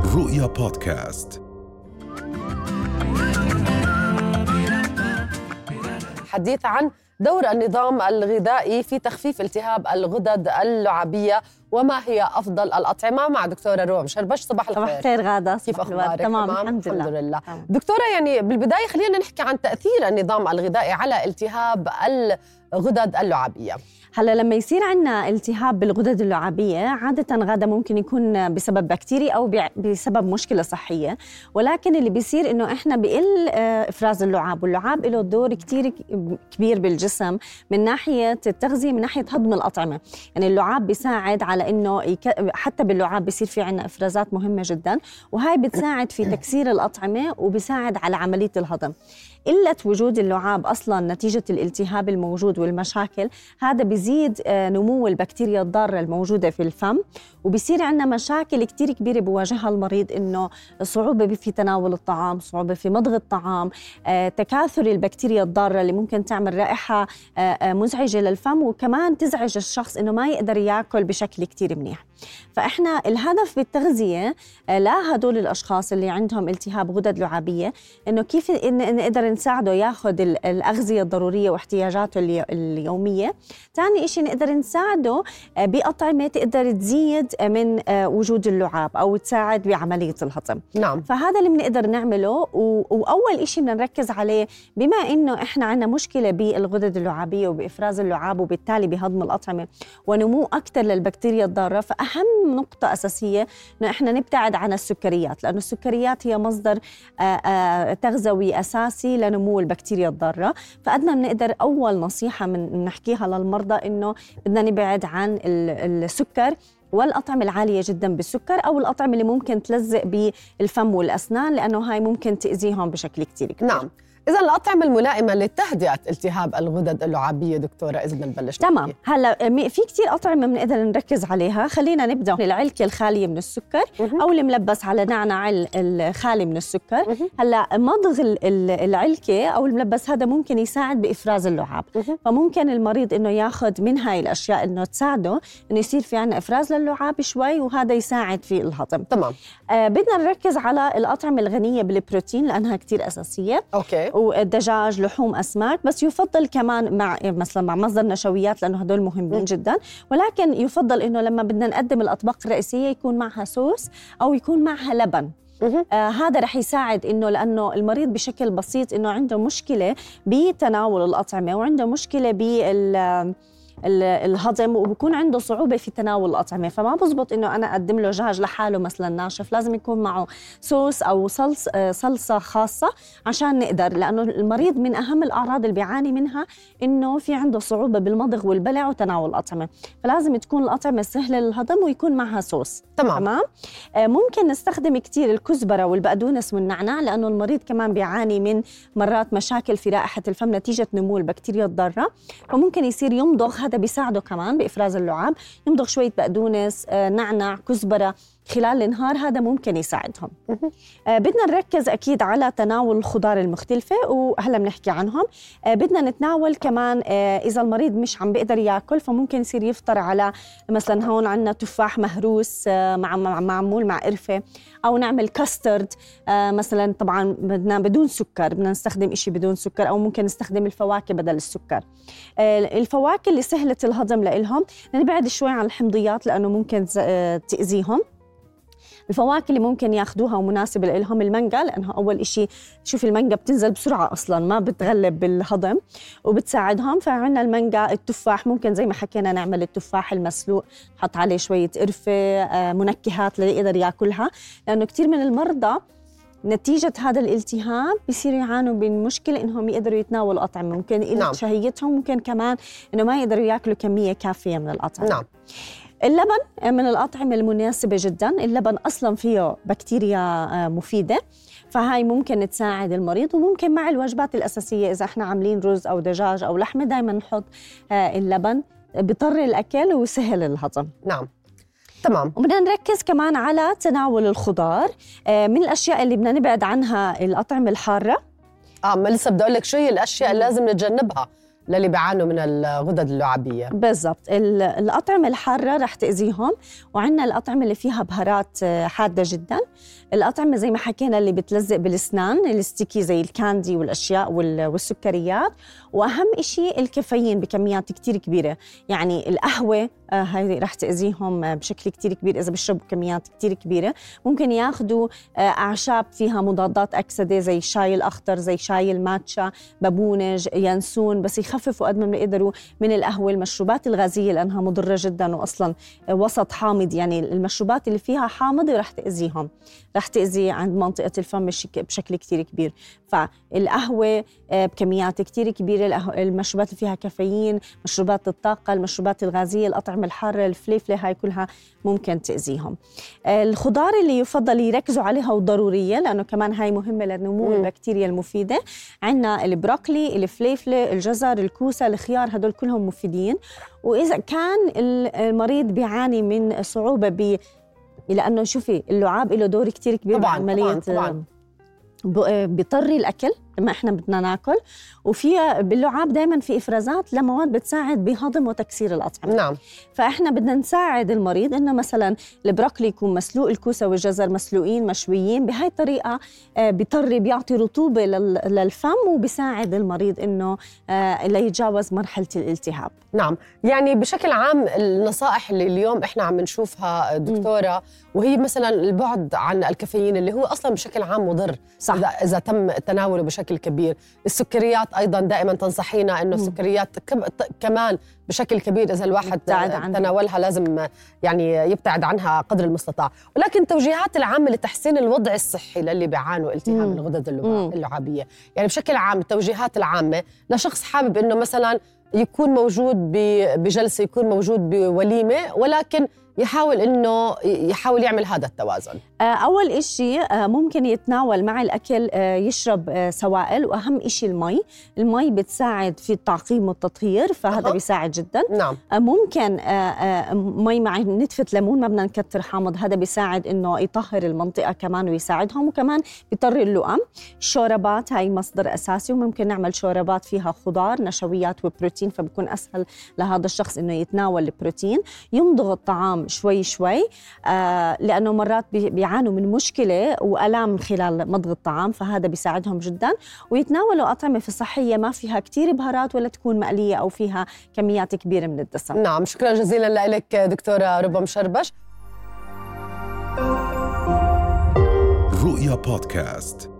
رؤيا بودكاست. حديث عن دور النظام الغذائي في تخفيف التهاب الغدد اللعابية وما هي أفضل الأطعمة مع دكتورة روم شربش. صباح الخير. صباح الخير غادة. كيف أخبارك؟ تمام الحمد لله. دكتورة، يعني بالبداية خلينا نحكي عن تأثير النظام الغذائي على التهاب الغدد اللعابية. هلا لما يصير عنا التهاب بالغدد اللعابية عادة غادة ممكن يكون بسبب بكتيري أو بسبب مشكلة صحية، ولكن اللي بيصير إنه إحنا بقل إفراز اللعاب، واللعاب له دور كتير كبير بالجسم من ناحية التغذية، من ناحية هضم الأطعمة. يعني اللعاب بيساعد على إنه حتى باللعاب بيصير في عنا إفرازات مهمة جدا، وهاي بتساعد في تكسير الأطعمة وبيساعد على عملية الهضم. قلة وجود اللعاب أصلاً نتيجة الالتهاب الموجود والمشاكل، هذا بيزيد نمو البكتيريا الضارة الموجودة في الفم، وبيصير عندنا مشاكل كتير كبيرة بواجهها المريض، إنه صعوبة في تناول الطعام، صعوبة في مضغ الطعام، تكاثر البكتيريا الضارة اللي ممكن تعمل رائحة مزعجة للفم، وكمان تزعج الشخص إنه ما يقدر يأكل بشكل كتير منيح. فإحنا الهدف بالتغذية لهدول الأشخاص اللي عندهم التهاب غدد لعابية إنه كيف نقدر نساعده ياخد الأغذية الضرورية واحتياجاته اليومية. تاني إشي نقدر نساعده بأطعمة تقدر تزيد من وجود اللعاب أو تساعد بعملية الهضم. نعم. فهذا اللي بنقدر نعمله، وأول إشي بدنا نركز عليه بما إنه إحنا عنا مشكلة بالغدد اللعابية وبإفراز اللعاب وبالتالي بهضم الأطعمة ونمو أكتر للبكتيريا الضارة. فأهم نقطة أساسية إنه إحنا نبتعد عن السكريات، لأن السكريات هي مصدر تغذوي أساسي لنمو البكتيريا الضارة. فأدنى بنقدر أول نصيحة من نحكيها للمرضى إنه بدنا نبعد عن السكر والأطعمة العالية جدا بالسكر، أو الأطعمة اللي ممكن تلزق بالفم والأسنان، لأنه هاي ممكن تأذيهم بشكل كتير كبير. نعم. إذا الأطعمة الملائمة لتهدئة التهاب الغدد اللعابية دكتورة، إذا بدنا نبلش. تمام. هلا في كتير أطعمة بنقدر نركز عليها. خلينا نبدأ العلكة الخالية من السكر أو الملبس على نعناع الخالي من السكر. هلا مضغ العلكة أو الملبس هذا ممكن يساعد بإفراز اللعاب، فممكن المريض إنه ياخد من هاي الأشياء إنه تساعده إنه يصير في عنا إفراز للعاب شوي، وهذا يساعد في الهضم. تمام. بدنا نركز على الأطعمة الغنية بالبروتين لأنها كتير أساسية. أوكي. والدجاج، لحوم، أسماك، بس يفضل كمان مع مثلا مع مصدر نشويات لأنه هدول مهمين جدا. ولكن يفضل إنه لما بدنا نقدم الأطباق الرئيسية يكون معها صوص أو يكون معها لبن. هذا رح يساعد إنه لأنه المريض بشكل بسيط إنه عنده مشكلة بتناول الأطعمة وعنده مشكلة الهضم وبكون عنده صعوبة في تناول الأطعمة، فما بزبط إنه أنا أقدم له دجاج لحاله مثلا ناشف، لازم يكون معه صوص أو صلصة خاصة عشان نقدر، لأنه المريض من أهم الأعراض اللي بيعاني منها إنه في عنده صعوبة بالمضغ والبلع وتناول الأطعمة، فلازم تكون الأطعمة سهلة للهضم ويكون معها صوص. تمام. ممكن نستخدم كتير الكزبرة والبقدونس والنعناع، لأنه المريض كمان بيعاني من مرات مشاكل في رائحة الفم نتيجة نمو البكتيريا الضارة، فممكن يصير يمضغ، هذا بيساعده كمان بإفراز اللعاب، يمضغ شوية بقدونس، نعناع، كزبرة خلال النهار، هذا ممكن يساعدهم. بدنا نركز أكيد على تناول الخضار المختلفة وهلا بنحكي عنهم. بدنا نتناول كمان إذا المريض مش عم بيقدر يأكل فممكن يصير يفطر على مثلا هون عنا تفاح مهروس معمول مع قرفة، أو نعمل كاسترد مثلا، طبعا بدنا بدون سكر، بدنا نستخدم إشي بدون سكر، أو ممكن نستخدم الفواكه بدل السكر. الفواكه اللي سهلة الهضم لإلهم نبعد شوي عن الحمضيات لأنه ممكن تأذيهم. الفواكه اللي ممكن ياخدوها ومناسبة لهم المانجا، لأنه أول إشي شوف المانجا بتنزل بسرعة أصلاً، ما بتغلب بالهضم وبتساعدهم. فعنا المانجا، التفاح ممكن زي ما حكينا نعمل التفاح المسلوق، نحط عليه شوية قرفة، منكهات اللي يقدر ياكلها، لأنه كتير من المرضى نتيجة هذا الالتهاب بيصير يعانوا من مشكلة إنهم يقدروا يتناولوا أطعمة، ممكن يقل شهيتهم، ممكن كمان إنه ما يقدروا ياكلوا كمية كافية من الأطعمة. نعم. اللبن من الأطعمة المناسبة جدا، اللبن أصلاً فيه بكتيريا مفيدة، فهاي ممكن تساعد المريض. وممكن مع الوجبات الأساسية إذا إحنا عاملين رز أو دجاج أو لحمة دايماً نحط اللبن، بطر الأكل وسهل الهضم. نعم. تمام. وبدنا نركز كمان على تناول الخضار. من الأشياء اللي بدنا نبعد عنها الأطعمة الحارة. ما لسه بدي أقول لك شو هي الأشياء اللي لازم نتجنبها للي بيعانوا من الغدد اللعابية. بالضبط. الأطعمة الحارة رح تأذيهم، وعندنا الأطعمة اللي فيها بهارات حادة جدا، الأطعمة زي ما حكينا اللي بتلزق بالأسنان الستيكي زي الكاندي والأشياء والسكريات، وأهم إشي الكافيين بكميات كتير كبيرة. يعني القهوة هاي رح تأذيهم بشكل كتير كبير إذا بيشربوا كميات كتير كبيرة. ممكن ياخدوا أعشاب فيها مضادات أكسدة زي الشاي الأخضر، زي شاي الماتشا، بابونج، ينسون، بس يخففوا قد ما بيقدروا من القهوة. المشروبات الغازية لأنها مضرة جدا وأصلا وسط حامض، يعني المشروبات اللي فيها حامضة رح تأذيهم، رح تأذي عند منطقة الفم بشكل كتير كبير. فالقهوة بكميات كتير كبيرة، المشروبات اللي فيها كافيين، مشروبات الطاقة، المشروبات الغازية، الأطعمة الحارة، الفليفلة، هاي كلها ممكن تأذيهم. الخضار اللي يفضل يركزوا عليها وضرورية لأنه كمان هاي مهمة لنمو البكتيريا المفيدة. عندنا البروكلي، الفليفلة، الجزر، الكوسة، الخيار، هدول كلهم مفيدين. وإذا كان المريض بيعاني من صعوبة لأنه شوفي اللعاب له دور كتير كبير بعملية طبعاً. بيطري الأكل لما إحنا بدنا ناكل، وفيها باللعاب دائما في إفرازات لمواد بتساعد بهضم وتكسير الأطعمة. نعم. فإحنا بدنا نساعد المريض إنه مثلا البروكلي يكون مسلوق، الكوسة والجزر مسلوقين مشويين، بهاي الطريقة بيطري بيعطي رطوبة للفم وبيساعد المريض إنه لا يتجاوز مرحلة الالتهاب. نعم. يعني بشكل عام النصائح اللي اليوم إحنا عم نشوفها دكتورة وهي مثلا البعد عن الكافيين اللي هو أصلا بشكل عام مضر. صح. إذا تم تناوله بشكل كبير. السكريات أيضا دائما تنصحينا إنه السكريات كمان بشكل كبير إذا الواحد تناولها لازم يعني يبتعد عنها قدر المستطاع. ولكن توجيهات العامة لتحسين الوضع الصحي للي بيعانوا التهاب الغدد اللعابية، يعني بشكل عام التوجيهات العامة لشخص حابب إنه مثلا يكون موجود بجلسة، يكون موجود بوليمة، ولكن يحاول يعمل هذا التوازن. أول إشي ممكن يتناول مع الأكل يشرب سوائل، وأهم إشي المي بتساعد في التعقيم والتطهير، فهذا بيساعد جدا. نعم. ممكن مي مع نتفة ليمون، ما بدنا نكتر حامض، هذا بيساعد إنه يطهر المنطقة كمان ويساعدهم، وكمان بيطري اللؤم. الشوربات هاي مصدر أساسي، وممكن نعمل شوربات فيها خضار، نشويات وبروتين، فبكون أسهل لهذا الشخص إنه يتناول البروتين. يمضغ الطعام شوي شوي لأنه مرات بيعانوا من مشكلة وألام خلال مضغ الطعام، فهذا بيساعدهم جدا. ويتناولوا أطعمة في صحية ما فيها كتير بهارات ولا تكون مقلية أو فيها كميات كبيرة من الدسم. نعم. شكرا جزيلا لك دكتورة ربى مشربش. رؤيا بودكاست.